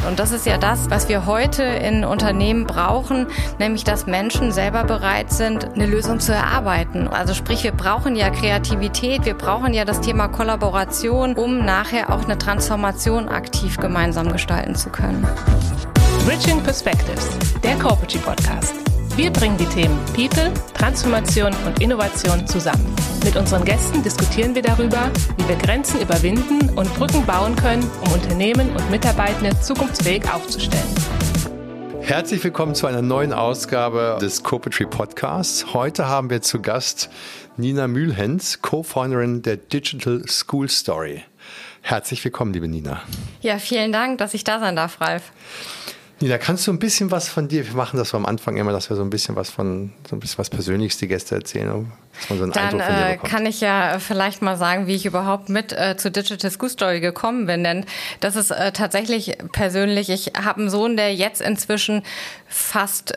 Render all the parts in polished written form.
Und das ist ja das, was wir heute in Unternehmen brauchen, nämlich dass Menschen selber bereit sind, eine Lösung zu erarbeiten. Also sprich, wir brauchen ja Kreativität, wir brauchen ja das Thema Kollaboration, um nachher auch eine Transformation aktiv gemeinsam gestalten zu können. Bridging Perspectives, der Corporate Podcast. Wir bringen die Themen People, Transformation und Innovation zusammen. Mit unseren Gästen diskutieren wir darüber, wie wir Grenzen überwinden und Brücken bauen können, um Unternehmen und Mitarbeitende zukunftsfähig aufzustellen. Herzlich willkommen zu einer neuen Ausgabe des Corporate Podcasts. Heute haben wir zu Gast Nina Mühlhens, Co-Founderin der Digital School Story. Herzlich willkommen, liebe Nina. Ja, vielen Dank, dass ich da sein darf, Ralf. Nina, kannst du ein bisschen was von dir, wir machen das am Anfang immer, dass wir so ein bisschen was Persönliches die Gäste erzählen, dass man so einen Eindruck von dir bekommt. Kann ich ja vielleicht mal sagen, wie ich überhaupt mit zur Digital School Story gekommen bin, denn das ist tatsächlich persönlich, ich habe einen Sohn, der jetzt inzwischen fast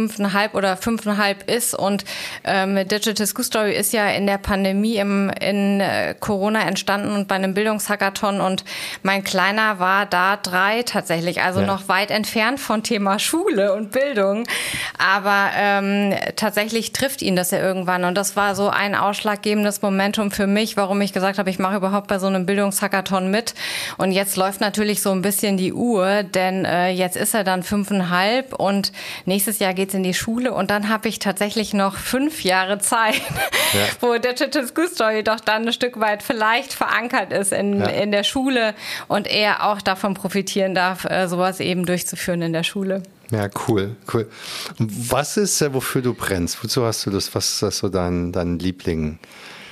5,5 ist und Digital School Story ist ja in der Pandemie in Corona entstanden und bei einem Bildungshackathon und mein Kleiner war da 3 tatsächlich, also noch weit entfernt von Thema Schule und Bildung, aber tatsächlich trifft ihn das ja irgendwann und das war so ein ausschlaggebendes Momentum für mich, warum ich gesagt habe, ich mache überhaupt bei so einem Bildungshackathon mit und jetzt läuft natürlich so ein bisschen die Uhr, denn jetzt ist er dann 5,5 und nächstes Jahr geht's in die Schule und dann habe ich tatsächlich noch 5 Jahre Zeit, wo Digital School Story doch dann ein Stück weit vielleicht verankert ist in der Schule und er auch davon profitieren darf, sowas eben durchzuführen in der Schule. Ja, cool. Und was ist, wofür du brennst? Wozu hast du das? Was ist so dein Liebling?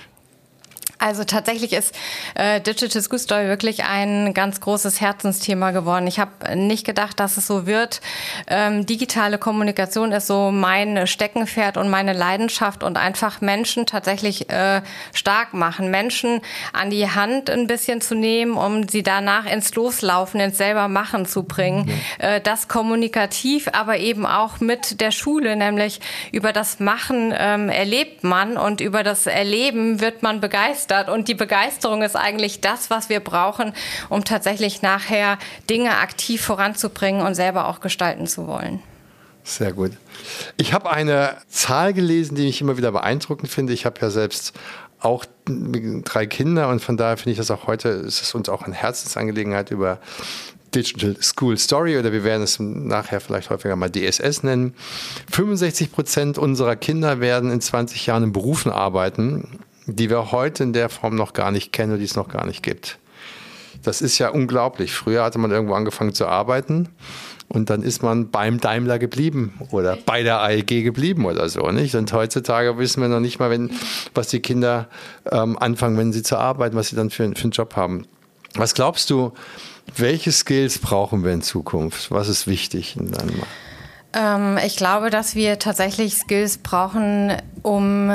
Also tatsächlich ist Digital School Story wirklich ein ganz großes Herzensthema geworden. Ich habe nicht gedacht, dass es so wird. Digitale Kommunikation ist so mein Steckenpferd und meine Leidenschaft und einfach Menschen tatsächlich stark machen, Menschen an die Hand ein bisschen zu nehmen, um sie danach ins Loslaufen, ins Selbermachen zu bringen. Das kommunikativ, aber eben auch mit der Schule, nämlich über das Machen erlebt man und über das Erleben wird man begeistert. Und die Begeisterung ist eigentlich das, was wir brauchen, um tatsächlich nachher Dinge aktiv voranzubringen und selber auch gestalten zu wollen. Sehr gut. Ich habe eine Zahl gelesen, die ich immer wieder beeindruckend finde. Ich habe ja selbst auch 3 Kinder und von daher finde ich das auch heute, ist es uns auch eine Herzensangelegenheit über Digital School Story oder wir werden es nachher vielleicht häufiger mal DSS nennen. 65% unserer Kinder werden in 20 Jahren in Berufen arbeiten, die wir heute in der Form noch gar nicht kennen und die es noch gar nicht gibt. Das ist ja unglaublich. Früher hatte man irgendwo angefangen zu arbeiten und dann ist man beim Daimler geblieben oder bei der AEG geblieben oder so, nicht? Und heutzutage wissen wir noch nicht mal, was die Kinder anfangen, wenn sie zu arbeiten, was sie dann für einen Job haben. Was glaubst du, welche Skills brauchen wir in Zukunft? Was ist wichtig in deinem Ich glaube, dass wir tatsächlich Skills brauchen, um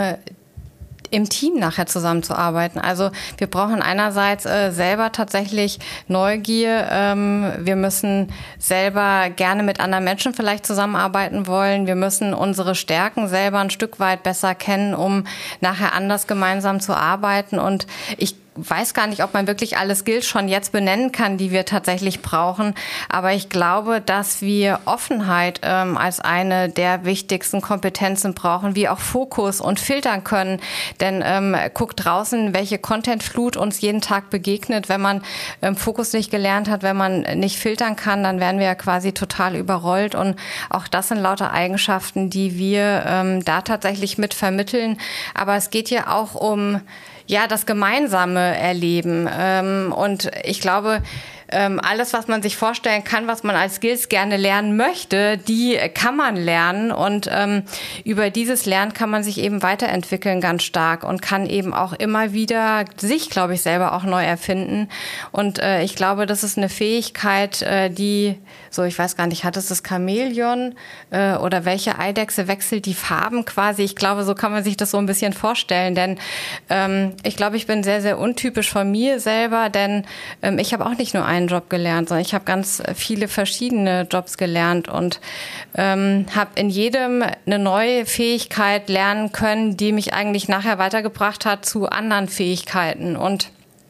im Team nachher zusammenzuarbeiten. Also wir brauchen einerseits selber tatsächlich Neugier. Wir müssen selber gerne mit anderen Menschen vielleicht zusammenarbeiten wollen. Wir müssen unsere Stärken selber ein Stück weit besser kennen, um nachher anders gemeinsam zu arbeiten. Und ich weiß gar nicht, ob man wirklich alle Skills schon jetzt benennen kann, die wir tatsächlich brauchen. Aber ich glaube, dass wir Offenheit als eine der wichtigsten Kompetenzen brauchen, wie auch Fokus und filtern können. Denn guckt draußen, welche Contentflut uns jeden Tag begegnet. Wenn man Fokus nicht gelernt hat, wenn man nicht filtern kann, dann werden wir ja quasi total überrollt. Und auch das sind lauter Eigenschaften, die wir da tatsächlich mit vermitteln. Aber es geht ja auch um das gemeinsame Erleben. Und ich glaube, alles, was man sich vorstellen kann, was man als Skills gerne lernen möchte, die kann man lernen. Und über dieses Lernen kann man sich eben weiterentwickeln ganz stark und kann eben auch immer wieder sich, glaube ich, selber auch neu erfinden. Und ich glaube, das ist eine Fähigkeit, die, so ich weiß gar nicht, hat es das Chamäleon oder welche Eidechse wechselt die Farben quasi? Ich glaube, so kann man sich das so ein bisschen vorstellen. Denn ich glaube, ich bin sehr, sehr untypisch von mir selber, denn ich habe auch nicht nur einen Job gelernt, sondern ich habe ganz viele verschiedene Jobs gelernt und habe in jedem eine neue Fähigkeit lernen können, die mich eigentlich nachher weitergebracht hat zu anderen Fähigkeiten. Und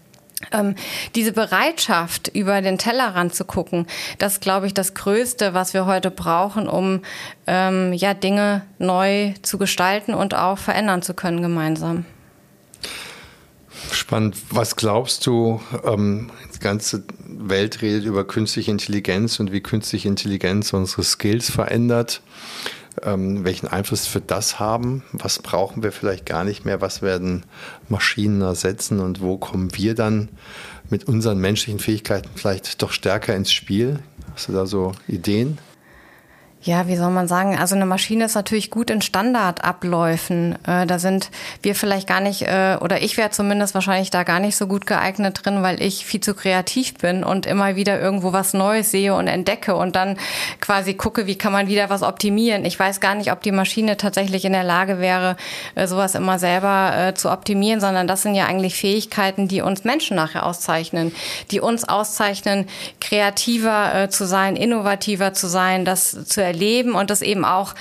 Diese Bereitschaft, über den Tellerrand zu gucken, das ist, glaube ich, das Größte, was wir heute brauchen, um Dinge neu zu gestalten und auch verändern zu können gemeinsam. Spannend. Was glaubst du, die ganze Welt redet über künstliche Intelligenz und wie künstliche Intelligenz unsere Skills verändert? Welchen Einfluss wird das haben? Was brauchen wir vielleicht gar nicht mehr? Was werden Maschinen ersetzen? Und wo kommen wir dann mit unseren menschlichen Fähigkeiten vielleicht doch stärker ins Spiel? Hast du da so Ideen? Ja, wie soll man sagen? Also eine Maschine ist natürlich gut in Standardabläufen. Da sind wir vielleicht gar nicht, oder ich wäre zumindest wahrscheinlich da gar nicht so gut geeignet drin, weil ich viel zu kreativ bin und immer wieder irgendwo was Neues sehe und entdecke und dann quasi gucke, wie kann man wieder was optimieren. Ich weiß gar nicht, ob die Maschine tatsächlich in der Lage wäre, sowas immer selber zu optimieren, sondern das sind ja eigentlich Fähigkeiten, die uns Menschen nachher auszeichnen, die uns auszeichnen, kreativer zu sein, innovativer zu sein, das zu erleben und das eben auch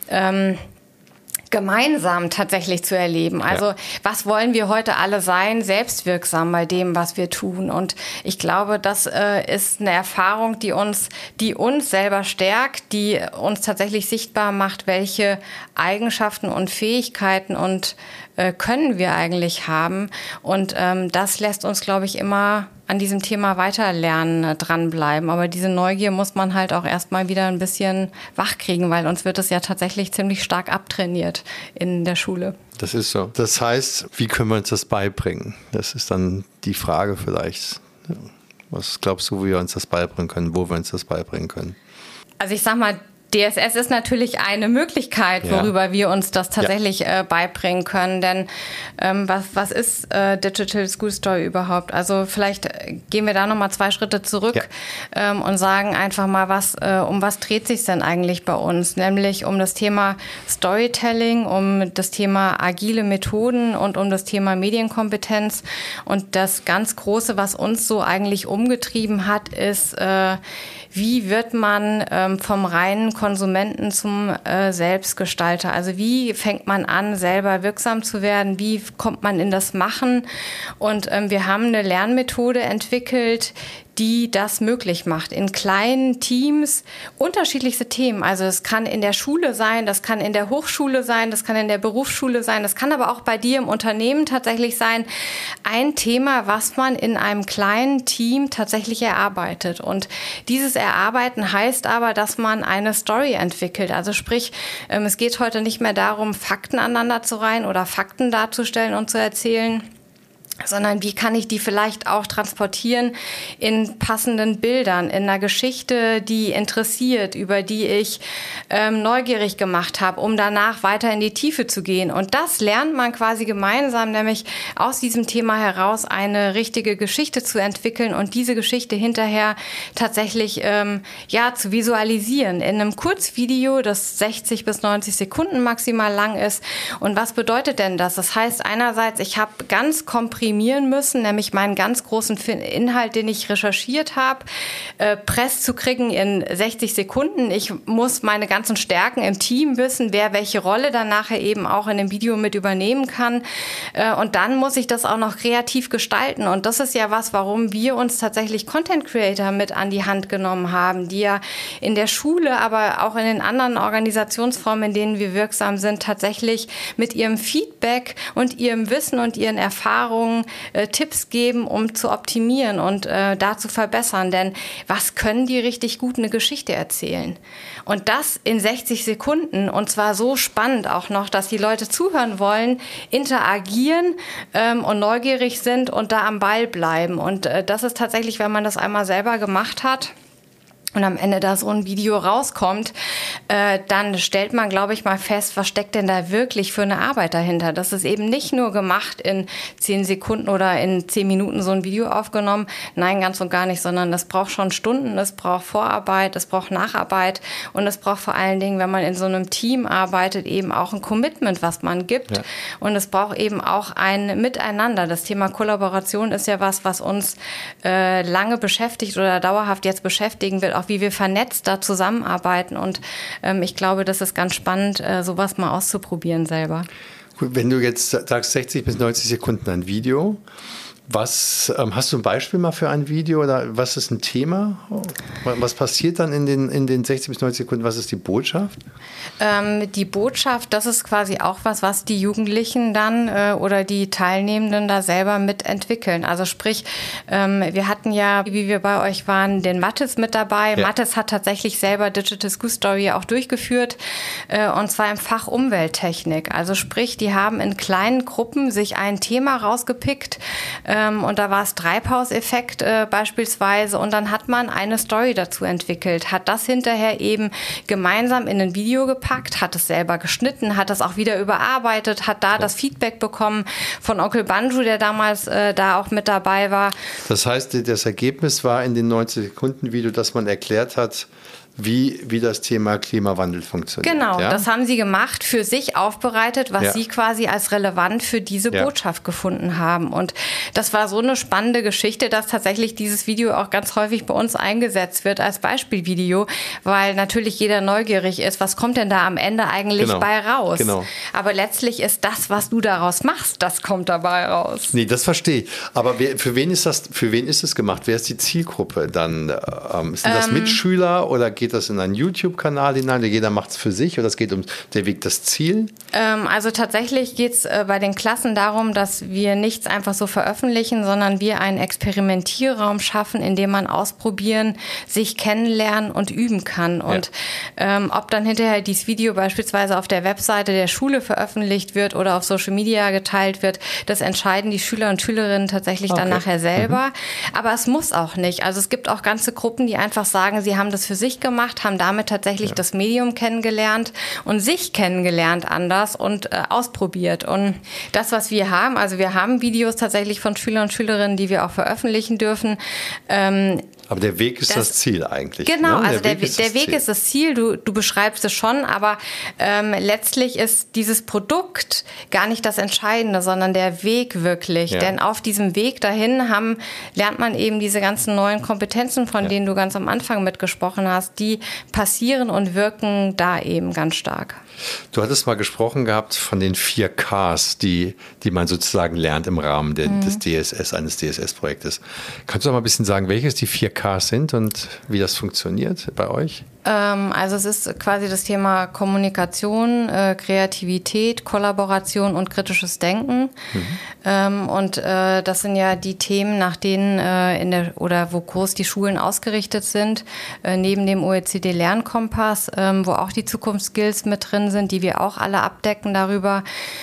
gemeinsam tatsächlich zu erleben. Also was wollen wir heute alle sein? Selbstwirksam bei dem, was wir tun. Und ich glaube, das ist eine Erfahrung, die uns selber stärkt, die uns tatsächlich sichtbar macht, welche Eigenschaften und Fähigkeiten und können wir eigentlich haben. Und das lässt uns, glaube ich, immer an diesem Thema weiterlernen, dranbleiben. Aber diese Neugier muss man halt auch erstmal wieder ein bisschen wachkriegen, weil uns wird es ja tatsächlich ziemlich stark abtrainiert in der Schule. Das ist so. Das heißt, wie können wir uns das beibringen? Das ist dann die Frage vielleicht. Was glaubst du, wie wir uns das beibringen können, wo wir uns das beibringen können? Also ich sag mal, DSS ist natürlich eine Möglichkeit, worüber wir uns das tatsächlich beibringen können. Denn was ist Digital School Story überhaupt? Also vielleicht gehen wir da nochmal 2 Schritte zurück und sagen einfach mal, um was dreht sich denn eigentlich bei uns? Nämlich um das Thema Storytelling, um das Thema agile Methoden und um das Thema Medienkompetenz. Und das ganz Große, was uns so eigentlich umgetrieben hat, ist, wie wird man vom reinen Konsumenten zum Selbstgestalter? Also wie fängt man an, selber wirksam zu werden? Wie kommt man in das Machen? Und wir haben eine Lernmethode entwickelt, die das möglich macht. In kleinen Teams unterschiedlichste Themen. Also es kann in der Schule sein, das kann in der Hochschule sein, das kann in der Berufsschule sein, das kann aber auch bei dir im Unternehmen tatsächlich sein. Ein Thema, was man in einem kleinen Team tatsächlich erarbeitet. Und dieses Erarbeiten heißt aber, dass man eine Story entwickelt. Also sprich, es geht heute nicht mehr darum, Fakten aneinander zu reihen oder Fakten darzustellen und zu erzählen, sondern wie kann ich die vielleicht auch transportieren in passenden Bildern, in einer Geschichte, die interessiert, über die ich neugierig gemacht habe, um danach weiter in die Tiefe zu gehen. Und das lernt man quasi gemeinsam, nämlich aus diesem Thema heraus eine richtige Geschichte zu entwickeln und diese Geschichte hinterher tatsächlich zu visualisieren in einem Kurzvideo, das 60 bis 90 Sekunden maximal lang ist. Und was bedeutet denn das? Das heißt einerseits, ich habe ganz komprimiert müssen, nämlich meinen ganz großen Inhalt, den ich recherchiert habe, press zu kriegen in 60 Sekunden. Ich muss meine ganzen Stärken im Team wissen, wer welche Rolle dann nachher eben auch in dem Video mit übernehmen kann. Und dann muss ich das auch noch kreativ gestalten. Und das ist ja warum wir uns tatsächlich Content Creator mit an die Hand genommen haben, die ja in der Schule, aber auch in den anderen Organisationsformen, in denen wir wirksam sind, tatsächlich mit ihrem Feedback und ihrem Wissen und ihren Erfahrungen Tipps geben, um zu optimieren und da zu verbessern. Denn was können die richtig gut eine Geschichte erzählen? Und das in 60 Sekunden und zwar so spannend auch noch, dass die Leute zuhören wollen, interagieren und neugierig sind und da am Ball bleiben. Und das ist tatsächlich, wenn man das einmal selber gemacht hat, und am Ende da so ein Video rauskommt, dann stellt man, glaube ich, mal fest, was steckt denn da wirklich für eine Arbeit dahinter? Das ist eben nicht nur gemacht in 10 Sekunden oder in 10 Minuten so ein Video aufgenommen. Nein, ganz und gar nicht, sondern es braucht schon Stunden, es braucht Vorarbeit, es braucht Nacharbeit und es braucht vor allen Dingen, wenn man in so einem Team arbeitet, eben auch ein Commitment, was man gibt. Ja. Und es braucht eben auch ein Miteinander. Das Thema Kollaboration ist ja was uns lange beschäftigt oder dauerhaft jetzt beschäftigen wird, auch wie wir vernetzt da zusammenarbeiten. Und ich glaube, das ist ganz spannend, sowas mal auszuprobieren selber. Wenn du jetzt sagst 60 bis 90 Sekunden ein Video, Hast du ein Beispiel mal für ein Video oder was ist ein Thema? Was passiert dann in den 60 bis 90 Sekunden? Was ist die Botschaft? Die Botschaft, das ist quasi auch was die Jugendlichen dann oder die Teilnehmenden da selber mitentwickeln. Also sprich, wir hatten ja, wie wir bei euch waren, den Mathis mit dabei. Ja. Mathis hat tatsächlich selber Digital School Story auch durchgeführt und zwar im Fach Umwelttechnik. Also sprich, die haben in kleinen Gruppen sich ein Thema rausgepickt, und da war es Treibhauseffekt beispielsweise und dann hat man eine Story dazu entwickelt, hat das hinterher eben gemeinsam in ein Video gepackt, hat es selber geschnitten, hat das auch wieder überarbeitet, hat da das Feedback bekommen von Onkel Banju, der damals da auch mit dabei war. Das heißt, das Ergebnis war in den 90-Sekunden-Video, dass man erklärt hat, wie das Thema Klimawandel funktioniert. Genau, ja? Das haben sie gemacht, für sich aufbereitet, was sie quasi als relevant für diese Botschaft gefunden haben. Und das war so eine spannende Geschichte, dass tatsächlich dieses Video auch ganz häufig bei uns eingesetzt wird als Beispielvideo, weil natürlich jeder neugierig ist, was kommt denn da am Ende eigentlich bei raus? Genau. Aber letztlich ist das, was du daraus machst, das kommt dabei raus. Nee, das verstehe ich. Aber für wen ist es gemacht? Wer ist die Zielgruppe dann? Sind das Mitschüler oder geht das in einen YouTube-Kanal hinein? Jeder macht es für sich oder es geht um der Weg, das Ziel? Also tatsächlich geht es bei den Klassen darum, dass wir nichts einfach so veröffentlichen, sondern wir einen Experimentierraum schaffen, in dem man ausprobieren, sich kennenlernen und üben kann. Und ob dann hinterher dieses Video beispielsweise auf der Webseite der Schule veröffentlicht wird oder auf Social Media geteilt wird, das entscheiden die Schüler und Schülerinnen tatsächlich dann nachher selber. Aber es muss auch nicht. Also es gibt auch ganze Gruppen, die einfach sagen, sie haben das für sich gemacht, haben damit tatsächlich das Medium kennengelernt und sich kennengelernt anders und ausprobiert. Und das, was wir haben, also wir haben Videos tatsächlich von Schülern und Schülerinnen, die wir auch veröffentlichen dürfen. Aber der Weg ist das Ziel eigentlich. Genau, ne? also der Weg ist das Ziel. Du beschreibst es schon, aber letztlich ist dieses Produkt gar nicht das Entscheidende, sondern der Weg wirklich. Ja. Denn auf diesem Weg dahin lernt man eben diese ganzen neuen Kompetenzen, von denen du ganz am Anfang mitgesprochen hast, die passieren und wirken da eben ganz stark. Du hattest mal gesprochen gehabt von den 4 Ks, die man sozusagen lernt im Rahmen des DSS, eines DSS-Projektes. Kannst du noch mal ein bisschen sagen, welches die 4 Ks sind und wie das funktioniert bei euch? Also es ist quasi das Thema Kommunikation, Kreativität, Kollaboration und kritisches Denken. Und das sind ja die Themen, nach denen wo Kurs die Schulen ausgerichtet sind, neben dem OECD-Lernkompass, wo auch die Zukunftsskills mit drin sind, die wir auch alle abdecken darüber.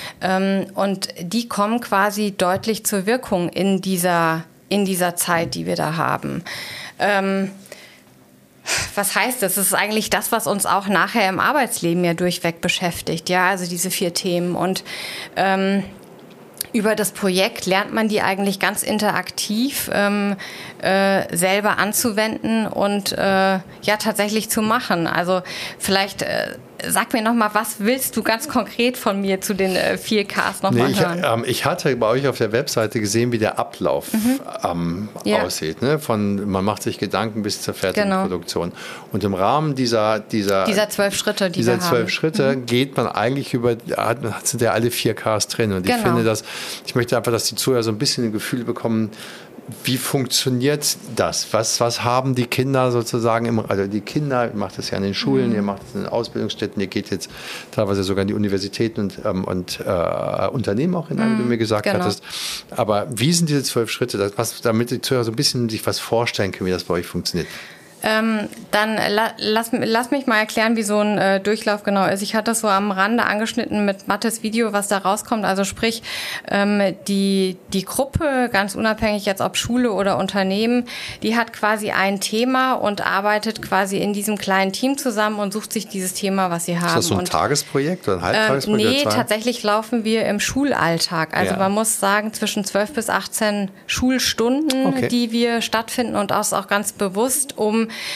Und die kommen quasi deutlich zur Wirkung in dieser Zeit, die wir da haben. Was heißt das? Das ist eigentlich das, was uns auch nachher im Arbeitsleben ja durchweg beschäftigt. Ja, also diese 4 Themen. Und über das Projekt lernt man die eigentlich ganz interaktiv selber anzuwenden und tatsächlich zu machen. Also vielleicht sag mir nochmal, was willst du ganz konkret von mir zu den 4 Ks nochmal hören? Ich hatte bei euch auf der Webseite gesehen, wie der Ablauf aussieht. Ne? Man macht sich Gedanken bis zur fertigen Produktion. Und im Rahmen dieser 12 Schritte, dieser 12 Schritte geht man eigentlich sind ja alle 4 Ks drin. Und ich finde ich möchte einfach, dass die Zuhörer so ein bisschen ein Gefühl bekommen, wie funktioniert das? Was haben die Kinder sozusagen, also die Kinder, ihr macht das ja in den Schulen, ihr macht es in den Ausbildungsstätten, ihr geht jetzt teilweise sogar in die Universitäten und Unternehmen auch hinein, wie du mir gesagt hattest. Aber wie sind diese 12 Schritte, damit die Zuhörer so ein bisschen sich was vorstellen können, wie das bei euch funktioniert? Dann lass mich mal erklären, wie so ein Durchlauf genau ist. Ich hatte das so am Rande angeschnitten mit Mathis Video, was da rauskommt. Also sprich, die Gruppe, ganz unabhängig jetzt ob Schule oder Unternehmen, die hat quasi ein Thema und arbeitet quasi in diesem kleinen Team zusammen und sucht sich dieses Thema, was sie haben. Ist das so ein Tagesprojekt oder ein Halbtagesprojekt? Nee, tatsächlich laufen wir im Schulalltag. Also man muss sagen, zwischen 12 bis 18 Schulstunden, die wir stattfinden und auch ganz bewusst, um die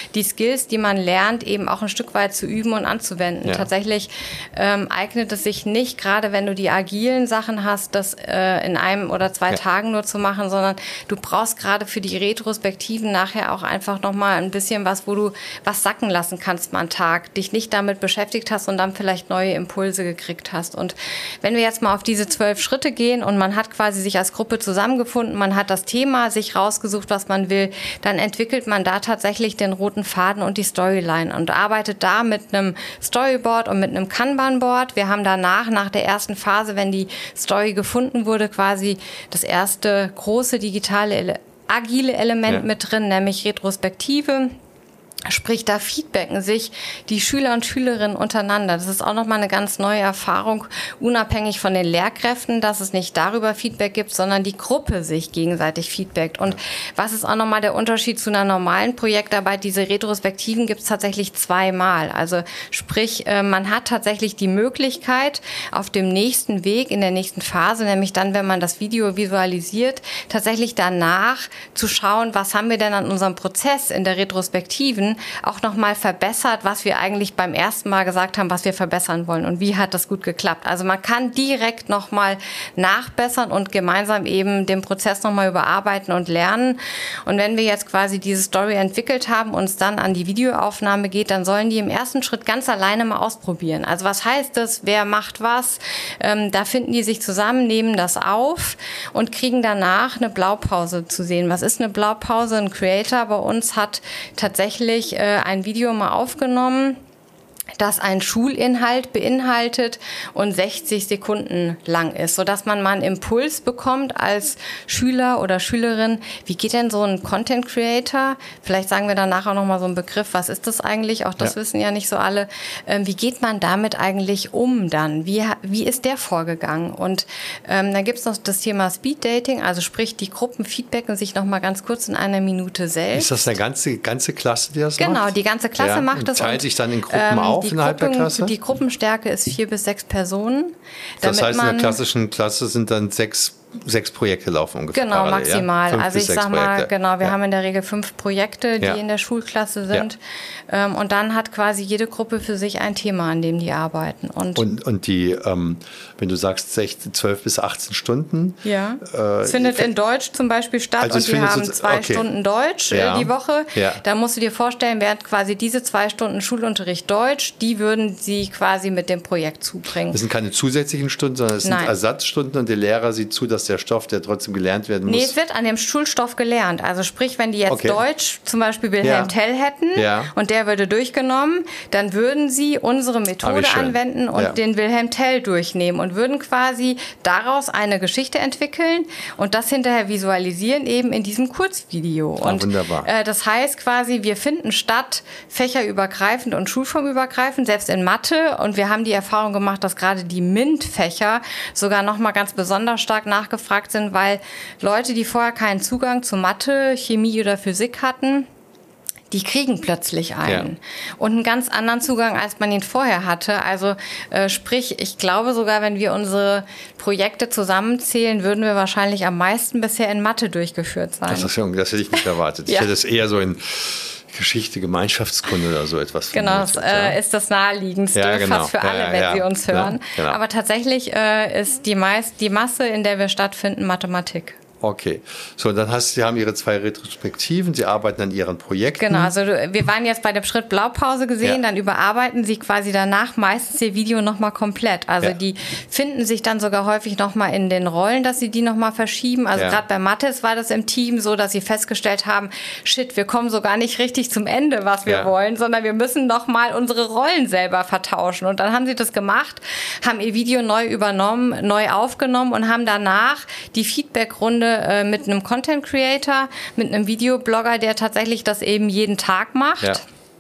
Skills, die man lernt, eben auch ein Stück weit zu üben und anzuwenden. Tatsächlich eignet es sich nicht, gerade wenn du die agilen Sachen hast, das in 1 oder 2 Tagen nur zu machen, sondern du brauchst gerade für die Retrospektiven nachher auch einfach nochmal ein bisschen was, wo du was sacken lassen kannst mal einen Tag, dich nicht damit beschäftigt hast und dann vielleicht neue Impulse gekriegt hast. Und wenn wir jetzt mal auf diese 12 Schritte gehen und man hat quasi sich als Gruppe zusammengefunden, man hat das Thema sich rausgesucht, was man will, dann entwickelt man da tatsächlich den roten Faden und die Storyline und arbeitet da mit einem Storyboard und mit einem Kanban-Board. Wir haben danach, nach der ersten Phase, wenn die Story gefunden wurde, quasi das erste große digitale, agile Element mit drin, nämlich Retrospektive. Sprich, da feedbacken sich die Schüler und Schülerinnen untereinander. Das ist auch nochmal eine ganz neue Erfahrung, unabhängig von den Lehrkräften, dass es nicht darüber Feedback gibt, sondern die Gruppe sich gegenseitig feedbackt. Und was ist auch nochmal der Unterschied zu einer normalen Projektarbeit? Diese Retrospektiven gibt es tatsächlich 2-mal. Also sprich, man hat tatsächlich die Möglichkeit, auf dem nächsten Weg, in der nächsten Phase, nämlich dann, wenn man das Video visualisiert, tatsächlich danach zu schauen, was haben wir denn an unserem Prozess in der Retrospektiven auch nochmal verbessert, was wir eigentlich beim ersten Mal gesagt haben, was wir verbessern wollen und wie hat das gut geklappt. Also man kann direkt nochmal nachbessern und gemeinsam eben den Prozess nochmal überarbeiten und lernen. Und wenn wir jetzt quasi diese Story entwickelt haben und es dann an die Videoaufnahme geht, dann sollen die im ersten Schritt ganz alleine mal ausprobieren. Also was heißt das? Wer macht was? Da finden die sich zusammen, nehmen das auf und kriegen danach eine Blaupause zu sehen. Was ist eine Blaupause? Ein Creator bei uns hat tatsächlich ein Video mal aufgenommen, das einen Schulinhalt beinhaltet und 60 Sekunden lang ist, sodass man mal einen Impuls bekommt als Schüler oder Schülerin. Wie geht denn so ein Content Creator? Vielleicht sagen wir danach auch nochmal so einen Begriff. Was ist das eigentlich? Auch das wissen ja nicht so alle. Wie geht man damit eigentlich um dann? Wie ist der vorgegangen? Und dann gibt es noch das Thema Speed Dating, also sprich, die Gruppen feedbacken sich nochmal ganz kurz in einer Minute selbst. Ist das eine ganze Klasse, die das macht? Genau, die ganze Klasse macht das. Teilt sich dann in Gruppen auf innerhalb der Klasse? Die Gruppenstärke ist 4 bis 6 Personen. Das heißt, in der klassischen Klasse sind dann 6 Projekte laufen ungefähr. Genau, parallel, maximal. Ja? Also ich sag mal, Projekte. Wir haben in der Regel 5 Projekte, die in der Schulklasse sind. Ja. Und dann hat quasi jede Gruppe für sich ein Thema, an dem die arbeiten. Und die, wenn du sagst 12 bis 18 Stunden. Ja. Es findet in Deutsch zum Beispiel statt, also und die haben 2 Stunden Deutsch die Woche. Ja. Da musst du dir vorstellen, während quasi diese 2 Stunden Schulunterricht Deutsch, die würden sie quasi mit dem Projekt zubringen. Das sind keine zusätzlichen Stunden, sondern es sind Ersatzstunden und der Lehrer sieht zu, dass der Stoff, der trotzdem gelernt werden muss. Nee, es wird an dem Schulstoff gelernt. Also sprich, wenn die jetzt Deutsch, zum Beispiel Wilhelm Tell hätten und der würde durchgenommen, dann würden sie unsere Methode anwenden und den Wilhelm Tell durchnehmen und würden quasi daraus eine Geschichte entwickeln und das hinterher visualisieren eben in diesem Kurzvideo. Und wunderbar. Das heißt quasi, wir finden statt fächerübergreifend und schulformübergreifend, selbst in Mathe, und wir haben die Erfahrung gemacht, dass gerade die MINT-Fächer sogar nochmal ganz besonders stark nachgefragt sind, weil Leute, die vorher keinen Zugang zu Mathe, Chemie oder Physik hatten, die kriegen plötzlich einen. Und einen ganz anderen Zugang, als man ihn vorher hatte. Also sprich, ich glaube sogar, wenn wir unsere Projekte zusammenzählen, würden wir wahrscheinlich am meisten bisher in Mathe durchgeführt sein. Das hätte ich nicht erwartet. Ich hätte es eher so in Geschichte, Gemeinschaftskunde oder so etwas. Genau, das ist das Naheliegendste fast für alle, wenn sie uns hören. Genau. Aber tatsächlich ist die Masse, in der wir stattfinden, Mathematik. Okay, so dann Sie haben Ihre 2 Retrospektiven, Sie arbeiten an Ihren Projekten. Genau, also wir waren jetzt bei dem Schritt Blaupause gesehen, dann überarbeiten Sie quasi danach meistens Ihr Video nochmal komplett. Also die finden sich dann sogar häufig nochmal in den Rollen, dass Sie die nochmal verschieben. Also gerade bei Mathis war das im Team so, dass sie festgestellt haben, shit, wir kommen so gar nicht richtig zum Ende, was wir wollen, sondern wir müssen nochmal unsere Rollen selber vertauschen. Und dann haben sie das gemacht, haben ihr Video neu übernommen, neu aufgenommen und haben danach die Feedbackrunde mit einem Content Creator, mit einem Videoblogger, der tatsächlich das eben jeden Tag macht.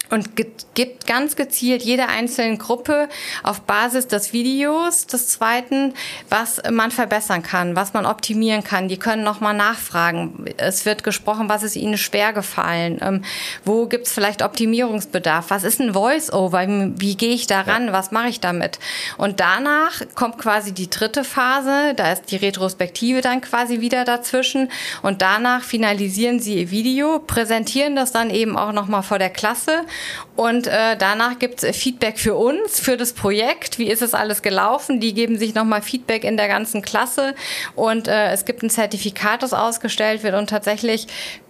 und gibt ganz gezielt jeder einzelnen Gruppe auf Basis des Videos des Zweiten, was man verbessern kann, was man optimieren kann. Die können nochmal nachfragen. Es wird gesprochen, was ist ihnen schwer gefallen, wo gibt es vielleicht Optimierungsbedarf, was ist ein Voice-Over, wie gehe ich daran, was mache ich damit? Und danach kommt quasi die dritte Phase, da ist die Retrospektive dann quasi wieder dazwischen und danach finalisieren sie ihr Video, präsentieren das dann eben auch nochmal vor der Klasse. Und danach gibt es Feedback für uns, für das Projekt. Wie ist es alles gelaufen? Die geben sich nochmal Feedback in der ganzen Klasse. Und es gibt ein Zertifikat, das ausgestellt wird. Und tatsächlich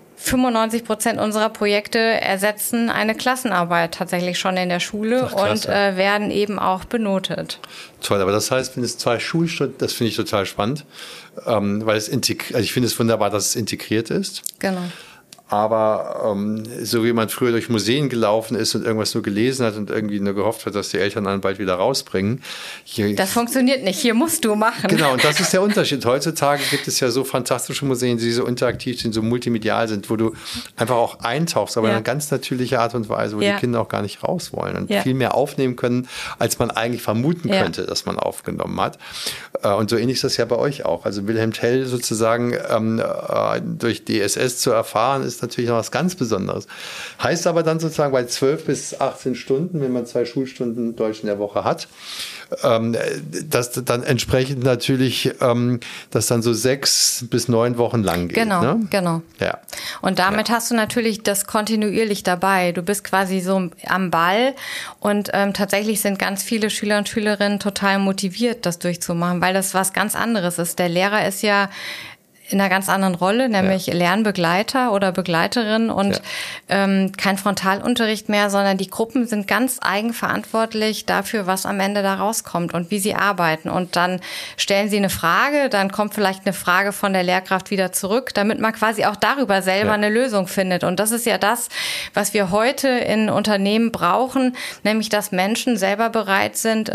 95% unserer Projekte ersetzen eine Klassenarbeit tatsächlich schon in der Schule und werden eben auch benotet. Toll, aber das heißt, wenn es 2 Schulstunden, das finde ich total spannend, weil es ich finde es wunderbar, dass es integriert ist. Genau. Aber so wie man früher durch Museen gelaufen ist und irgendwas nur gelesen hat und irgendwie nur gehofft hat, dass die Eltern dann bald wieder rausbringen. Das funktioniert nicht, hier musst du machen. Genau, und das ist der Unterschied. Heutzutage gibt es ja so fantastische Museen, die so interaktiv sind, so multimedial sind, wo du einfach auch eintauchst, aber in einer ganz natürlichen Art und Weise, wo die Kinder auch gar nicht raus wollen und viel mehr aufnehmen können, als man eigentlich vermuten könnte, dass man aufgenommen hat. Und so ähnlich ist das ja bei euch auch. Also Wilhelm Tell sozusagen durch DSS zu erfahren, ist natürlich noch was ganz Besonderes. Heißt aber dann sozusagen bei 12 bis 18 Stunden, wenn man 2 Schulstunden Deutsch in der Woche hat, dass dann entsprechend natürlich das dann so 6 bis 9 Wochen lang geht. Genau, ne? Genau. Ja. Und damit hast du natürlich das kontinuierlich dabei. Du bist quasi so am Ball und tatsächlich sind ganz viele Schüler und Schülerinnen total motiviert, das durchzumachen, weil das was ganz anderes ist. Der Lehrer ist ja in einer ganz anderen Rolle, nämlich Lernbegleiter oder Begleiterin und kein Frontalunterricht mehr, sondern die Gruppen sind ganz eigenverantwortlich dafür, was am Ende da rauskommt und wie sie arbeiten. Und dann stellen sie eine Frage, dann kommt vielleicht eine Frage von der Lehrkraft wieder zurück, damit man quasi auch darüber selber eine Lösung findet. Und das ist ja das, was wir heute in Unternehmen brauchen, nämlich dass Menschen selber bereit sind,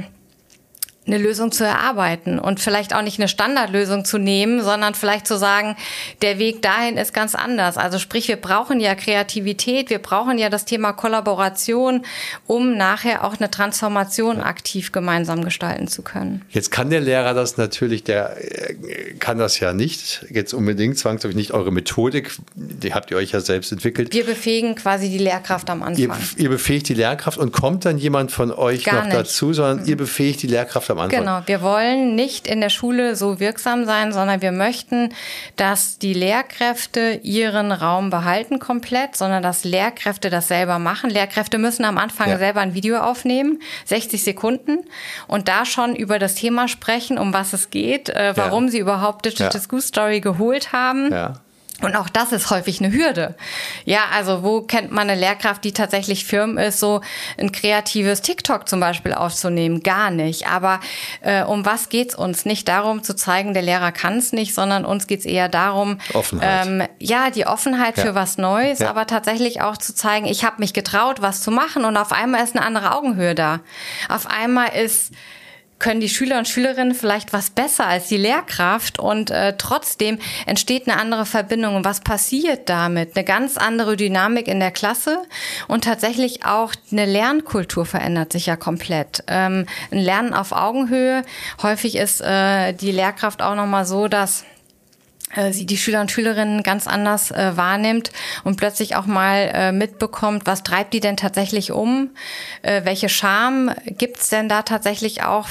eine Lösung zu erarbeiten und vielleicht auch nicht eine Standardlösung zu nehmen, sondern vielleicht zu sagen, der Weg dahin ist ganz anders. Also sprich, wir brauchen ja Kreativität, wir brauchen ja das Thema Kollaboration, um nachher auch eine Transformation aktiv gemeinsam gestalten zu können. Jetzt kann der Lehrer das natürlich, der kann das ja nicht, jetzt unbedingt zwangsläufig nicht eure Methodik, die habt ihr euch ja selbst entwickelt. Wir befähigen quasi die Lehrkraft am Anfang. Ihr befähigt die Lehrkraft und kommt dann jemand von euch Gar noch nicht. dazu, sondern ihr befähigt die Lehrkraft am Anfang. Genau, wir wollen nicht in der Schule so wirksam sein, sondern wir möchten, dass die Lehrkräfte ihren Raum behalten komplett, sondern dass Lehrkräfte das selber machen. Lehrkräfte müssen am Anfang selber ein Video aufnehmen, 60 Sekunden, und da schon über das Thema sprechen, um was es geht, warum sie überhaupt Digital School Story geholt haben. Ja. Und auch das ist häufig eine Hürde. Ja, also wo kennt man eine Lehrkraft, die tatsächlich firm ist, so ein kreatives TikTok zum Beispiel aufzunehmen? Gar nicht. Aber um was geht's uns? Nicht darum zu zeigen, der Lehrer kann es nicht, sondern uns geht's eher darum, Offenheit. Die Offenheit für was Neues, aber tatsächlich auch zu zeigen, ich habe mich getraut, was zu machen, und auf einmal ist eine andere Augenhöhe da. Auf einmal können die Schüler und Schülerinnen vielleicht was besser als die Lehrkraft, und trotzdem entsteht eine andere Verbindung. Und was passiert damit? Eine ganz andere Dynamik in der Klasse, und tatsächlich auch eine Lernkultur verändert sich ja komplett. Ein Lernen auf Augenhöhe. Häufig ist die Lehrkraft auch nochmal so, dass sie die Schüler und Schülerinnen ganz anders wahrnimmt und plötzlich auch mal mitbekommt, was treibt die denn tatsächlich um? Welche Scham gibt's denn da tatsächlich auch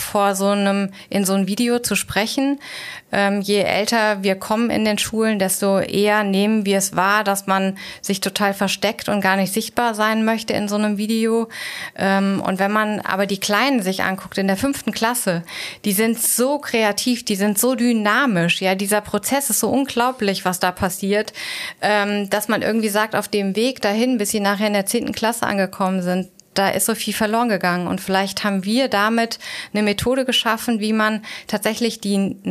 in so ein Video zu sprechen? Je älter wir kommen in den Schulen, desto eher nehmen wir es wahr, dass man sich total versteckt und gar nicht sichtbar sein möchte in so einem Video. Und wenn man aber die Kleinen sich anguckt, in der 5. Klasse, die sind so kreativ, die sind so dynamisch. Ja, dieser Prozess ist so unglaublich, was da passiert, dass man irgendwie sagt, auf dem Weg dahin, bis sie nachher in der 10. Klasse angekommen sind, da ist so viel verloren gegangen. Und vielleicht haben wir damit eine Methode geschaffen, wie man tatsächlich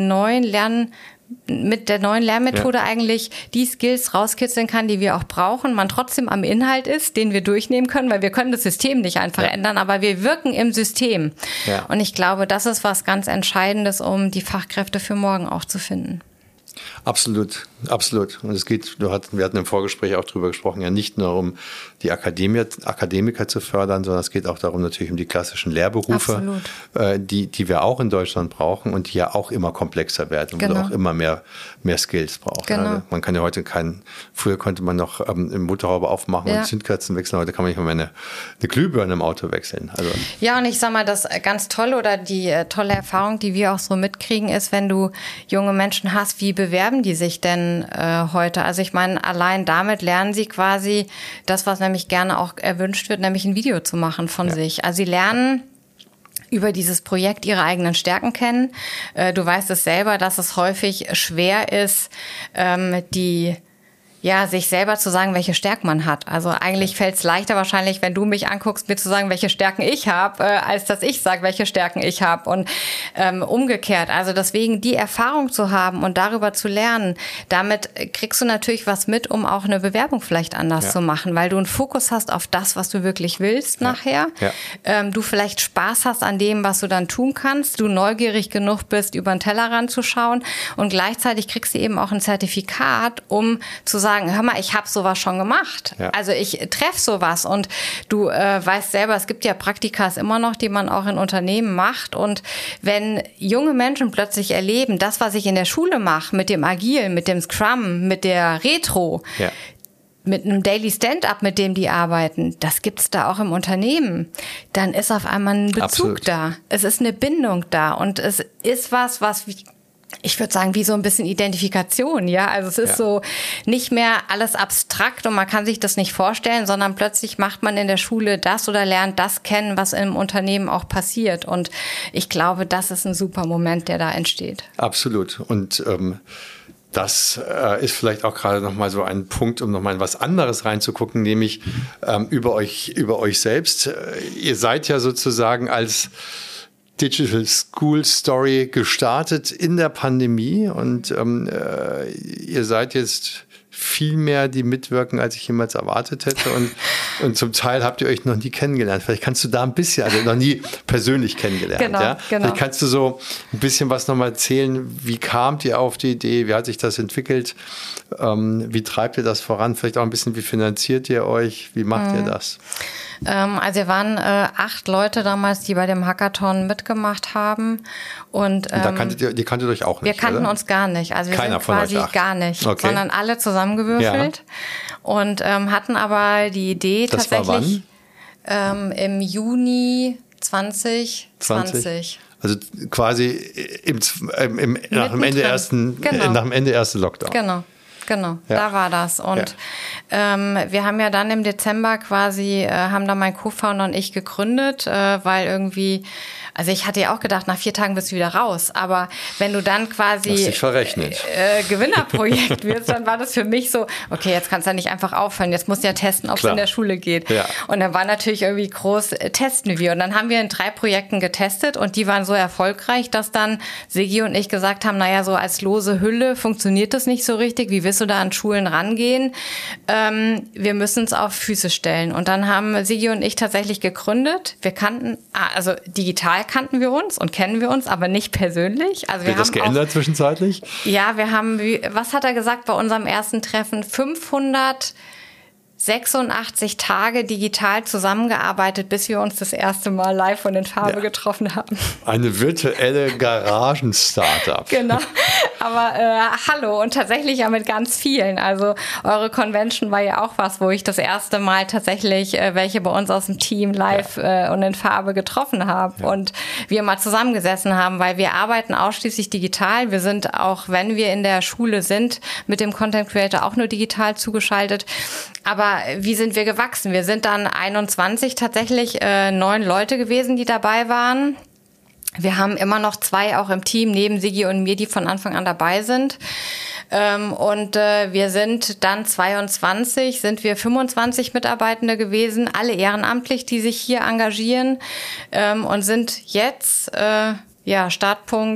mit der neuen Lernmethode eigentlich die Skills rauskitzeln kann, die wir auch brauchen. Man trotzdem am Inhalt ist, den wir durchnehmen können, weil wir können das System nicht einfach ändern, aber wir wirken im System. Ja. Und ich glaube, das ist was ganz Entscheidendes, um die Fachkräfte für morgen auch zu finden. Absolut, absolut. Und es geht, wir hatten im Vorgespräch auch drüber gesprochen, ja nicht nur um die Akademiker zu fördern, sondern es geht auch darum, natürlich um die klassischen Lehrberufe, die wir auch in Deutschland brauchen und die ja auch immer komplexer werden und auch immer mehr Skills brauchen. Genau. Also man kann ja heute früher konnte man noch im Motorhaube aufmachen und Zündkerzen wechseln, heute kann man nicht mehr eine Glühbirne im Auto wechseln. Also ja, und ich sag mal, das ganz tolle oder die tolle Erfahrung, die wir auch so mitkriegen, ist, wenn du junge Menschen hast, wie bewerben die sich denn heute? Also ich meine, allein damit lernen sie quasi das, was nämlich gerne auch erwünscht wird, nämlich ein Video zu machen von sich. Also sie lernen über dieses Projekt ihre eigenen Stärken kennen. Du weißt es selber, dass es häufig schwer ist, sich selber zu sagen, welche Stärken man hat. Also eigentlich fällt es leichter wahrscheinlich, wenn du mich anguckst, mir zu sagen, welche Stärken ich habe, als dass ich sage, welche Stärken ich habe. Und umgekehrt. Also deswegen die Erfahrung zu haben und darüber zu lernen, damit kriegst du natürlich was mit, um auch eine Bewerbung vielleicht anders zu machen, weil du einen Fokus hast auf das, was du wirklich willst nachher. Ja. Du vielleicht Spaß hast an dem, was du dann tun kannst. Du neugierig genug bist, über den Tellerrand zu schauen. Und gleichzeitig kriegst du eben auch ein Zertifikat, um zu sagen, hör mal, ich habe sowas schon gemacht. Ja. Also ich treffe sowas und du weißt selber, es gibt ja Praktikas immer noch, die man auch in Unternehmen macht und wenn junge Menschen plötzlich erleben, das, was ich in der Schule mache, mit dem Agil, mit dem Scrum, mit der Retro, mit einem Daily Stand-up, mit dem die arbeiten, das gibt's da auch im Unternehmen, dann ist auf einmal ein Bezug da. Es ist eine Bindung da und es ist was ich würde sagen, wie so ein bisschen Identifikation, ja. Also es ist so nicht mehr alles abstrakt und man kann sich das nicht vorstellen, sondern plötzlich macht man in der Schule das oder lernt das kennen, was im Unternehmen auch passiert. Und ich glaube, das ist ein super Moment, der da entsteht. Absolut. Und das ist vielleicht auch gerade nochmal so ein Punkt, um nochmal in was anderes reinzugucken, nämlich über euch selbst. Ihr seid ja sozusagen als Digital School Story gestartet in der Pandemie und ihr seid jetzt viel mehr die mitwirken, als ich jemals erwartet hätte und zum Teil habt ihr euch noch nie kennengelernt. Vielleicht kannst du da ein bisschen, also noch nie persönlich kennengelernt. Genau. Vielleicht kannst du so ein bisschen was nochmal erzählen, wie kamt ihr auf die Idee, wie hat sich das entwickelt, wie treibt ihr das voran, vielleicht auch ein bisschen, wie finanziert ihr euch, wie macht ihr das? Also wir waren 8 Leute damals, die bei dem Hackathon mitgemacht haben. Und da kanntet ihr euch auch nicht, wir kannten uns gar nicht. Also wir sind quasi gar nicht, sondern alle zusammengewürfelt. Ja. Und hatten aber die Idee das tatsächlich im Juni 2020. Also quasi nach dem Ende ersten Lockdown. Genau, da war das. Und wir haben ja dann im Dezember quasi, haben da mein Co-Founder und ich gegründet, weil irgendwie, also ich hatte ja auch gedacht, nach 4 Tagen bist du wieder raus. Aber wenn du dann quasi Gewinnerprojekt wirst, dann war das für mich so, okay, jetzt kannst du ja nicht einfach aufhören, jetzt musst du ja testen, ob es in der Schule geht. Ja. Und dann war natürlich irgendwie groß, testen wir. Und dann haben wir in 3 Projekten getestet und die waren so erfolgreich, dass dann Sigi und ich gesagt haben, naja, so als lose Hülle funktioniert das nicht so richtig. Wie willst du da an Schulen rangehen? Wir müssen es auf Füße stellen. Und dann haben Sigi und ich tatsächlich gegründet. Wir kannten, also digital kannten wir uns und kennen wir uns, aber nicht persönlich. Also wir haben das geändert zwischenzeitlich? Ja, wir haben, was hat er gesagt bei unserem ersten Treffen? 586 Tage digital zusammengearbeitet, bis wir uns das erste Mal live und in Farbe getroffen haben. Eine virtuelle Garagen-Startup. Genau, aber hallo und tatsächlich ja mit ganz vielen. Also eure Convention war ja auch was, wo ich das erste Mal tatsächlich welche bei uns aus dem Team live und in Farbe getroffen habe und wir mal zusammengesessen haben, weil wir arbeiten ausschließlich digital. Wir sind auch, wenn wir in der Schule sind, mit dem Content Creator auch nur digital zugeschaltet. Aber wie sind wir gewachsen? Wir sind dann 21 tatsächlich 9 Leute gewesen, die dabei waren. Wir haben immer noch 2 auch im Team, neben Sigi und mir, die von Anfang an dabei sind. Und wir sind dann 22, sind wir 25 Mitarbeitende gewesen, alle ehrenamtlich, die sich hier engagieren und sind jetzt, Startpunkt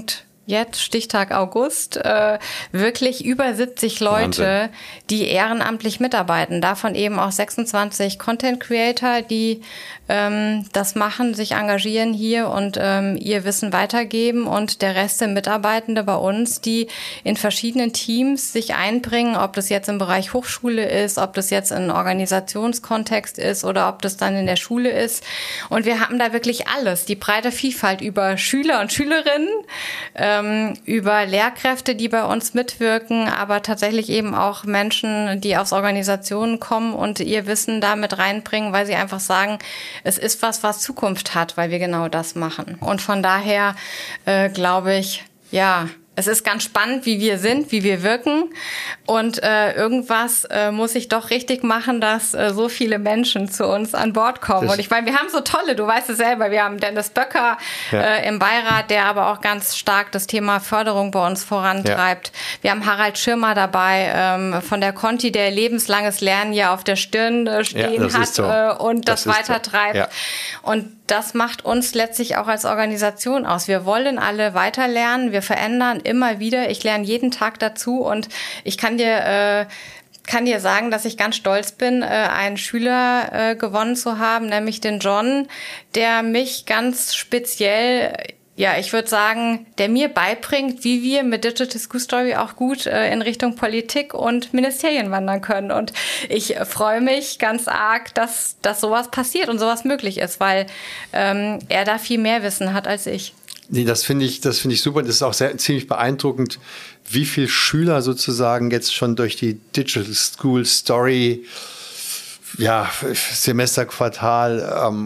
jetzt Stichtag August, wirklich über 70 Leute, Wahnsinn, die ehrenamtlich mitarbeiten. Davon eben auch 26 Content Creator, die das machen, sich engagieren hier und ihr Wissen weitergeben, und der Rest sind Mitarbeitende bei uns, die in verschiedenen Teams sich einbringen, ob das jetzt im Bereich Hochschule ist, ob das jetzt in Organisationskontext ist oder ob das dann in der Schule ist. Und wir haben da wirklich alles, die breite Vielfalt über Schüler und Schülerinnen, über Lehrkräfte, die bei uns mitwirken, aber tatsächlich eben auch Menschen, die aus Organisationen kommen und ihr Wissen da mit reinbringen, weil sie einfach sagen, es ist was Zukunft hat, weil wir genau das machen. Und von daher glaube ich, ja, es ist ganz spannend, wie wir sind, wie wir wirken, und irgendwas muss ich doch richtig machen, dass so viele Menschen zu uns an Bord kommen. Und ich meine, wir haben so tolle, du weißt es selber, wir haben Dennis Böcker im Beirat, der aber auch ganz stark das Thema Förderung bei uns vorantreibt. Ja. Wir haben Harald Schirmer dabei von der Conti, der lebenslanges Lernen ja auf der Stirn stehen hat so, und das weitertreibt. So. Ja. Und das macht uns letztlich auch als Organisation aus. Wir wollen alle weiter lernen, wir verändern immer wieder. Ich lerne jeden Tag dazu, und ich kann dir sagen, dass ich ganz stolz bin, einen Schüler gewonnen zu haben, nämlich den John, der mich ganz speziell, ja, ich würde sagen, der mir beibringt, wie wir mit Digital School Story auch gut in Richtung Politik und Ministerien wandern können. Und ich freue mich ganz arg, dass sowas passiert und sowas möglich ist, weil er da viel mehr Wissen hat als ich. Nee, das finde ich super. Das ist auch ziemlich beeindruckend, wie viele Schüler sozusagen jetzt schon durch die Digital School Story, ja, Semesterquartal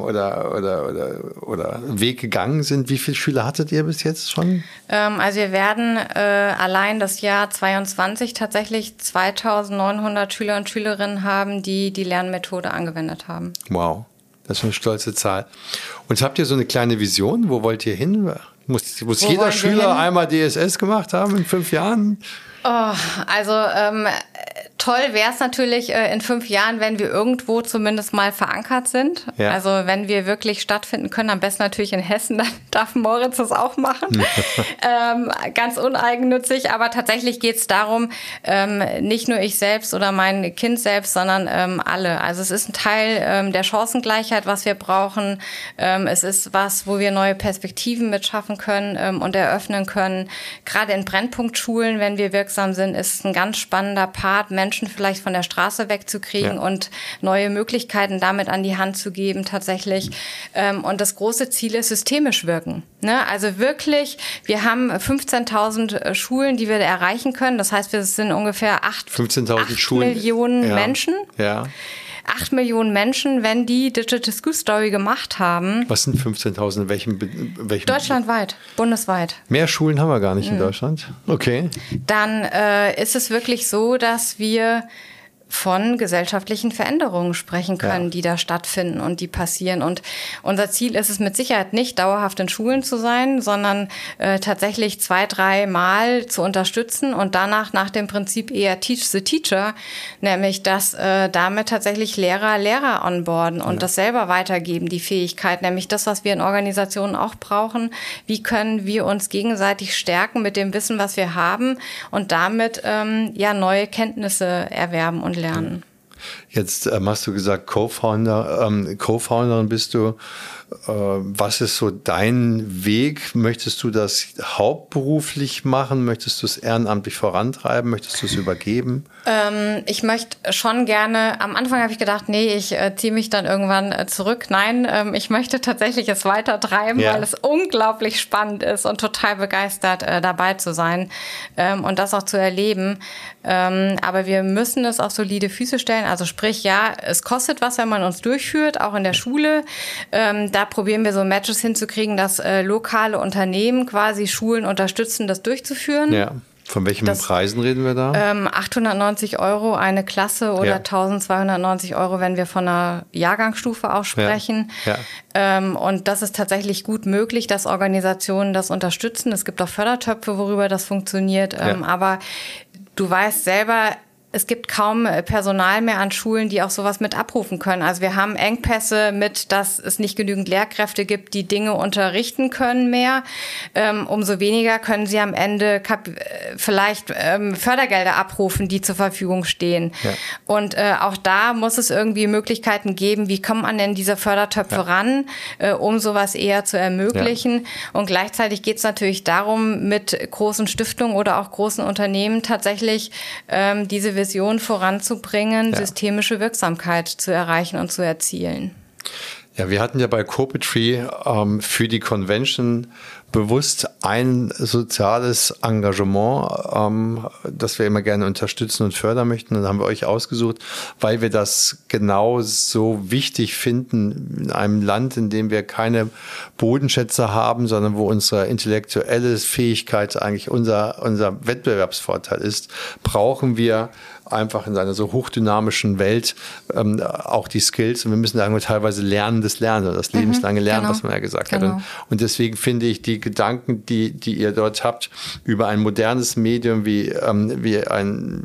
oder Weg gegangen sind. Wie viele Schüler hattet ihr bis jetzt schon? Also wir werden allein das Jahr 22 tatsächlich 2900 Schüler und Schülerinnen haben, die die Lernmethode angewendet haben. Wow, das ist eine stolze Zahl. Und habt ihr so eine kleine Vision? Wo wollt ihr hin? Muss jeder Schüler einmal DSS gemacht haben in 5 Jahren? Oh, also toll wäre es natürlich in 5 Jahren, wenn wir irgendwo zumindest mal verankert sind. Ja. Also wenn wir wirklich stattfinden können, am besten natürlich in Hessen, dann darf Moritz das auch machen. Ganz uneigennützig, aber tatsächlich geht es darum, nicht nur ich selbst oder mein Kind selbst, sondern alle. Also es ist ein Teil der Chancengleichheit, was wir brauchen. Es ist was, wo wir neue Perspektiven mitschaffen können und eröffnen können. Gerade in Brennpunktschulen, wenn wir wirksam sind, ist ein ganz spannender Part, Menschen vielleicht von der Straße wegzukriegen und neue Möglichkeiten damit an die Hand zu geben tatsächlich. Und das große Ziel ist systemisch wirken. Ne? Also wirklich, wir haben 15.000 Schulen, die wir erreichen können. Das heißt, wir sind ungefähr 8 Millionen Menschen. Ja. 8 Millionen Menschen, wenn die Digital School Story gemacht haben. Was sind 15.000? Welchem? Deutschlandweit, bundesweit. Mehr Schulen haben wir gar nicht in Deutschland. Okay. Dann ist es wirklich so, dass wir von gesellschaftlichen Veränderungen sprechen können, die da stattfinden und die passieren. Und unser Ziel ist es mit Sicherheit nicht, dauerhaft in Schulen zu sein, sondern tatsächlich 2-3 Mal zu unterstützen und danach nach dem Prinzip eher Teach the Teacher, nämlich dass damit tatsächlich Lehrer onboarden und das selber weitergeben, die Fähigkeit, nämlich das, was wir in Organisationen auch brauchen. Wie können wir uns gegenseitig stärken mit dem Wissen, was wir haben, und damit neue Kenntnisse erwerben und lernen. Jetzt hast du gesagt, Co-Founderin bist du. Was ist so dein Weg? Möchtest du das hauptberuflich machen? Möchtest du es ehrenamtlich vorantreiben? Möchtest du es übergeben? Ich möchte schon gerne, am Anfang habe ich gedacht, nee, ich ziehe mich dann irgendwann zurück. Nein, ich möchte tatsächlich es weiter treiben, weil es unglaublich spannend ist und total begeistert dabei zu sein und das auch zu erleben. Aber wir müssen es auf solide Füße stellen. Also sprich, ja, es kostet was, wenn man uns durchführt, auch in der Schule. Da probieren wir so Matches hinzukriegen, dass lokale Unternehmen quasi Schulen unterstützen, das durchzuführen. Ja. Von welchen Preisen reden wir da? 890 € eine Klasse oder 1.290 €, wenn wir von einer Jahrgangsstufe auch sprechen. Ja. Und das ist tatsächlich gut möglich, dass Organisationen das unterstützen. Es gibt auch Fördertöpfe, worüber das funktioniert. Aber du weißt selber, es gibt kaum Personal mehr an Schulen, die auch sowas mit abrufen können. Also wir haben Engpässe mit, dass es nicht genügend Lehrkräfte gibt, die Dinge unterrichten können mehr. Umso weniger können sie am Ende vielleicht Fördergelder abrufen, die zur Verfügung stehen. Ja. Und auch da muss es irgendwie Möglichkeiten geben, wie kommt man denn diese Fördertöpfe ran, um sowas eher zu ermöglichen. Ja. Und gleichzeitig geht es natürlich darum, mit großen Stiftungen oder auch großen Unternehmen tatsächlich diese Vision voranzubringen, systemische Wirksamkeit zu erreichen und zu erzielen. Ja, wir hatten ja bei Copetry für die Convention bewusst ein soziales Engagement, das wir immer gerne unterstützen und fördern möchten. Und dann haben wir euch ausgesucht, weil wir das genau so wichtig finden in einem Land, in dem wir keine Bodenschätze haben, sondern wo unsere intellektuelle Fähigkeit eigentlich unser Wettbewerbsvorteil ist, brauchen wir einfach in einer so hochdynamischen Welt auch die Skills. Und wir müssen da teilweise lernen, das lebenslange Lernen, was man ja gesagt hat. Und deswegen finde ich die Gedanken, die ihr dort habt, über ein modernes Medium wie ein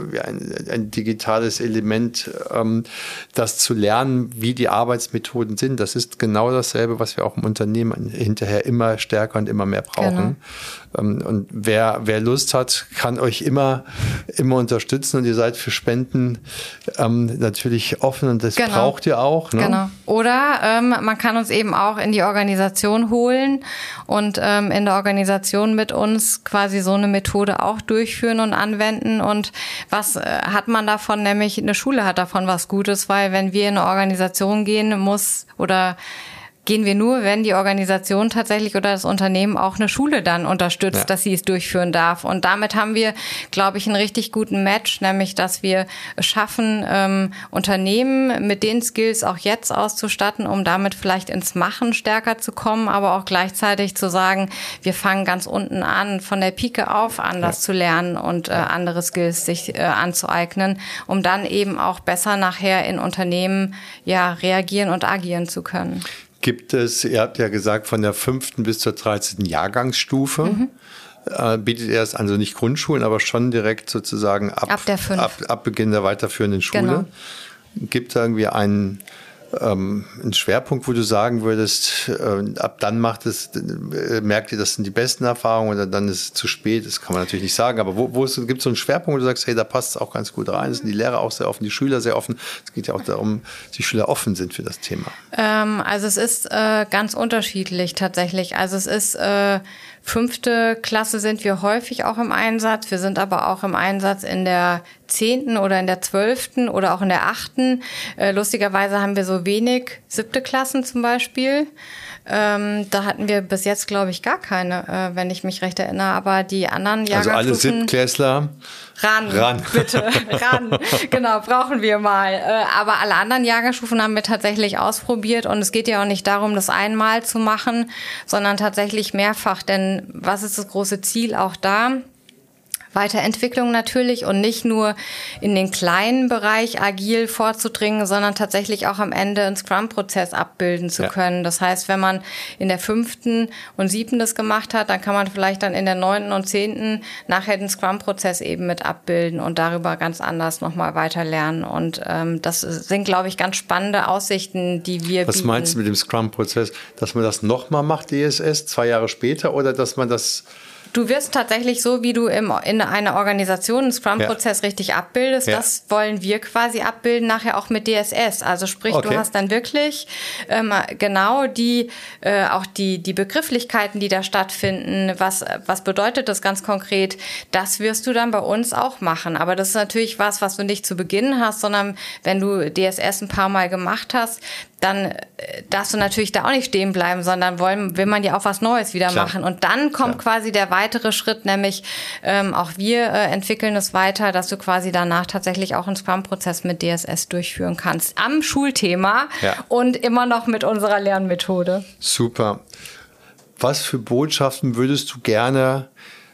digitales Element, das zu lernen, wie die Arbeitsmethoden sind, das ist genau dasselbe, was wir auch im Unternehmen hinterher immer stärker und immer mehr brauchen. Und wer Lust hat, kann euch immer unterstützen, und ihr seid für Spenden natürlich offen, und das braucht ihr auch. Ne? Genau. Oder man kann uns eben auch in die Organisation holen und in der Organisation mit uns quasi so eine Methode auch durchführen und anwenden. Und was hat man davon? Nämlich eine Schule hat davon was Gutes, weil wenn wir in eine Organisation gehen gehen wir nur, wenn die Organisation tatsächlich oder das Unternehmen auch eine Schule dann unterstützt, dass sie es durchführen darf. Und damit haben wir, glaube ich, einen richtig guten Match, nämlich, dass wir es schaffen, Unternehmen mit den Skills auch jetzt auszustatten, um damit vielleicht ins Machen stärker zu kommen, aber auch gleichzeitig zu sagen, wir fangen ganz unten an, von der Pike auf anders zu lernen und andere Skills sich anzueignen, um dann eben auch besser nachher in Unternehmen reagieren und agieren zu können. Gibt es, ihr habt ja gesagt, von der 5. bis zur 13. Jahrgangsstufe, bietet ihr es also nicht Grundschulen, aber schon direkt sozusagen ab Beginn der weiterführenden Schule. Genau. Gibt es irgendwie einen Schwerpunkt, wo du sagen würdest, ab dann merkt ihr, das sind die besten Erfahrungen, oder dann ist es zu spät? Das kann man natürlich nicht sagen, aber gibt es so einen Schwerpunkt, wo du sagst, hey, da passt es auch ganz gut rein, sind die Lehrer auch sehr offen, die Schüler sehr offen. Es geht ja auch darum, dass die Schüler offen sind für das Thema. Also es ist ganz unterschiedlich tatsächlich. Also es ist 5. Klasse sind wir häufig auch im Einsatz. Wir sind aber auch im Einsatz in der 10. oder in der 12. oder auch in der 8. Lustigerweise haben wir so wenig 7. Klassen zum Beispiel. Da hatten wir bis jetzt, glaube ich, gar keine, wenn ich mich recht erinnere. Aber die anderen Jahrgangsstufen... Also alle Siebtklässler... Ran, bitte, ran. Genau, brauchen wir mal. Aber alle anderen Jahrgangsstufen haben wir tatsächlich ausprobiert. Und es geht ja auch nicht darum, das einmal zu machen, sondern tatsächlich mehrfach. Denn was ist das große Ziel auch da? Weiterentwicklung natürlich, und nicht nur in den kleinen Bereich agil vorzudringen, sondern tatsächlich auch am Ende einen Scrum-Prozess abbilden zu können. Das heißt, wenn man in der 5. und 7. das gemacht hat, dann kann man vielleicht dann in der 9. und 10. nachher den Scrum-Prozess eben mit abbilden und darüber ganz anders nochmal weiter lernen. Und das sind, glaube ich, ganz spannende Aussichten, die wir bieten. Was meinst du mit dem Scrum-Prozess? Dass man das nochmal macht, DSS, 2 Jahre später, oder dass man das... Du wirst tatsächlich so, wie du in einer Organisation einen Scrum-Prozess richtig abbildest, das wollen wir quasi abbilden, nachher auch mit DSS. Also sprich, du hast dann wirklich genau die Begrifflichkeiten, die da stattfinden. Was bedeutet das ganz konkret? Das wirst du dann bei uns auch machen. Aber das ist natürlich was du nicht zu Beginn hast, sondern wenn du DSS ein paar Mal gemacht hast, dann darfst du natürlich da auch nicht stehen bleiben, sondern will man ja auch was Neues wieder machen. Und dann kommt quasi der weitere Schritt, nämlich auch wir entwickeln es weiter, dass du quasi danach tatsächlich auch einen Scrum-Prozess mit DSS durchführen kannst. Am Schulthema und immer noch mit unserer Lernmethode. Super. Was für Botschaften würdest du gerne...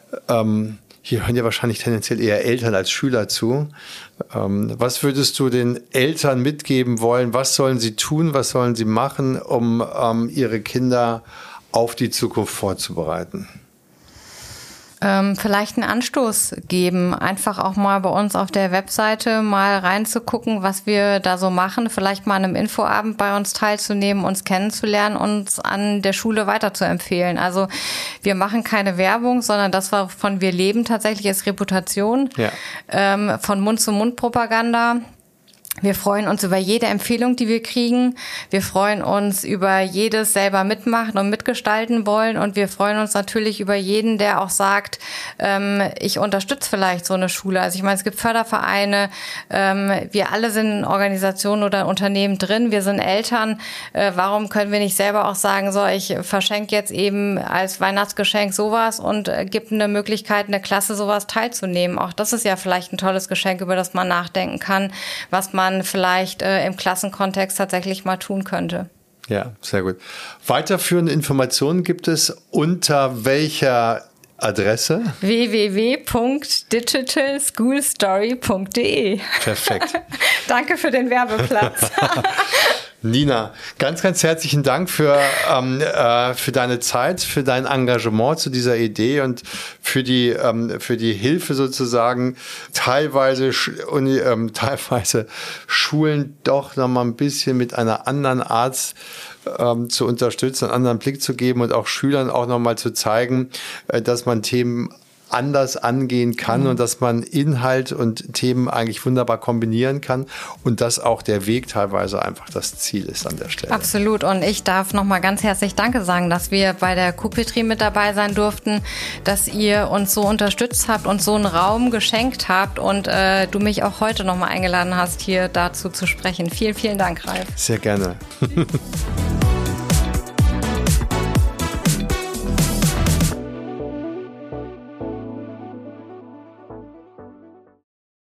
Hier hören ja wahrscheinlich tendenziell eher Eltern als Schüler zu. Was würdest du den Eltern mitgeben wollen? Was sollen sie tun? Was sollen sie machen, um ihre Kinder auf die Zukunft vorzubereiten? Vielleicht einen Anstoß geben, einfach auch mal bei uns auf der Webseite mal reinzugucken, was wir da so machen, vielleicht mal an einem Infoabend bei uns teilzunehmen, uns kennenzulernen, uns an der Schule weiterzuempfehlen. Also wir machen keine Werbung, sondern das, wovon wir leben tatsächlich, ist Reputation, von Mund-zu-Mund-Propaganda. Wir freuen uns über jede Empfehlung, die wir kriegen. Wir freuen uns über jedes selber mitmachen und mitgestalten wollen. Und wir freuen uns natürlich über jeden, der auch sagt, ich unterstütze vielleicht so eine Schule. Also ich meine, es gibt Fördervereine. Wir alle sind in Organisationen oder Unternehmen drin. Wir sind Eltern. Warum können wir nicht selber auch sagen, so, ich verschenke jetzt eben als Weihnachtsgeschenk sowas und gibt eine Möglichkeit, eine Klasse sowas teilzunehmen. Auch das ist ja vielleicht ein tolles Geschenk, über das man nachdenken kann, was man vielleicht im Klassenkontext tatsächlich mal tun könnte. Ja, sehr gut. Weiterführende Informationen gibt es unter welcher Adresse? www.digitalschoolstory.de. Perfekt. Danke für den Werbeplatz. Nina, ganz, ganz herzlichen Dank für deine Zeit, für dein Engagement zu dieser Idee und für die Hilfe sozusagen, teilweise Schulen doch noch mal ein bisschen mit einer anderen Art zu unterstützen, einen anderen Blick zu geben und auch Schülern auch noch mal zu zeigen, dass man Themen anders angehen kann und dass man Inhalt und Themen eigentlich wunderbar kombinieren kann und dass auch der Weg teilweise einfach das Ziel ist an der Stelle. Absolut, und ich darf nochmal ganz herzlich Danke sagen, dass wir bei der Cupetri mit dabei sein durften, dass ihr uns so unterstützt habt und so einen Raum geschenkt habt und du mich auch heute nochmal eingeladen hast, hier dazu zu sprechen. Vielen, vielen Dank, Ralf. Sehr gerne.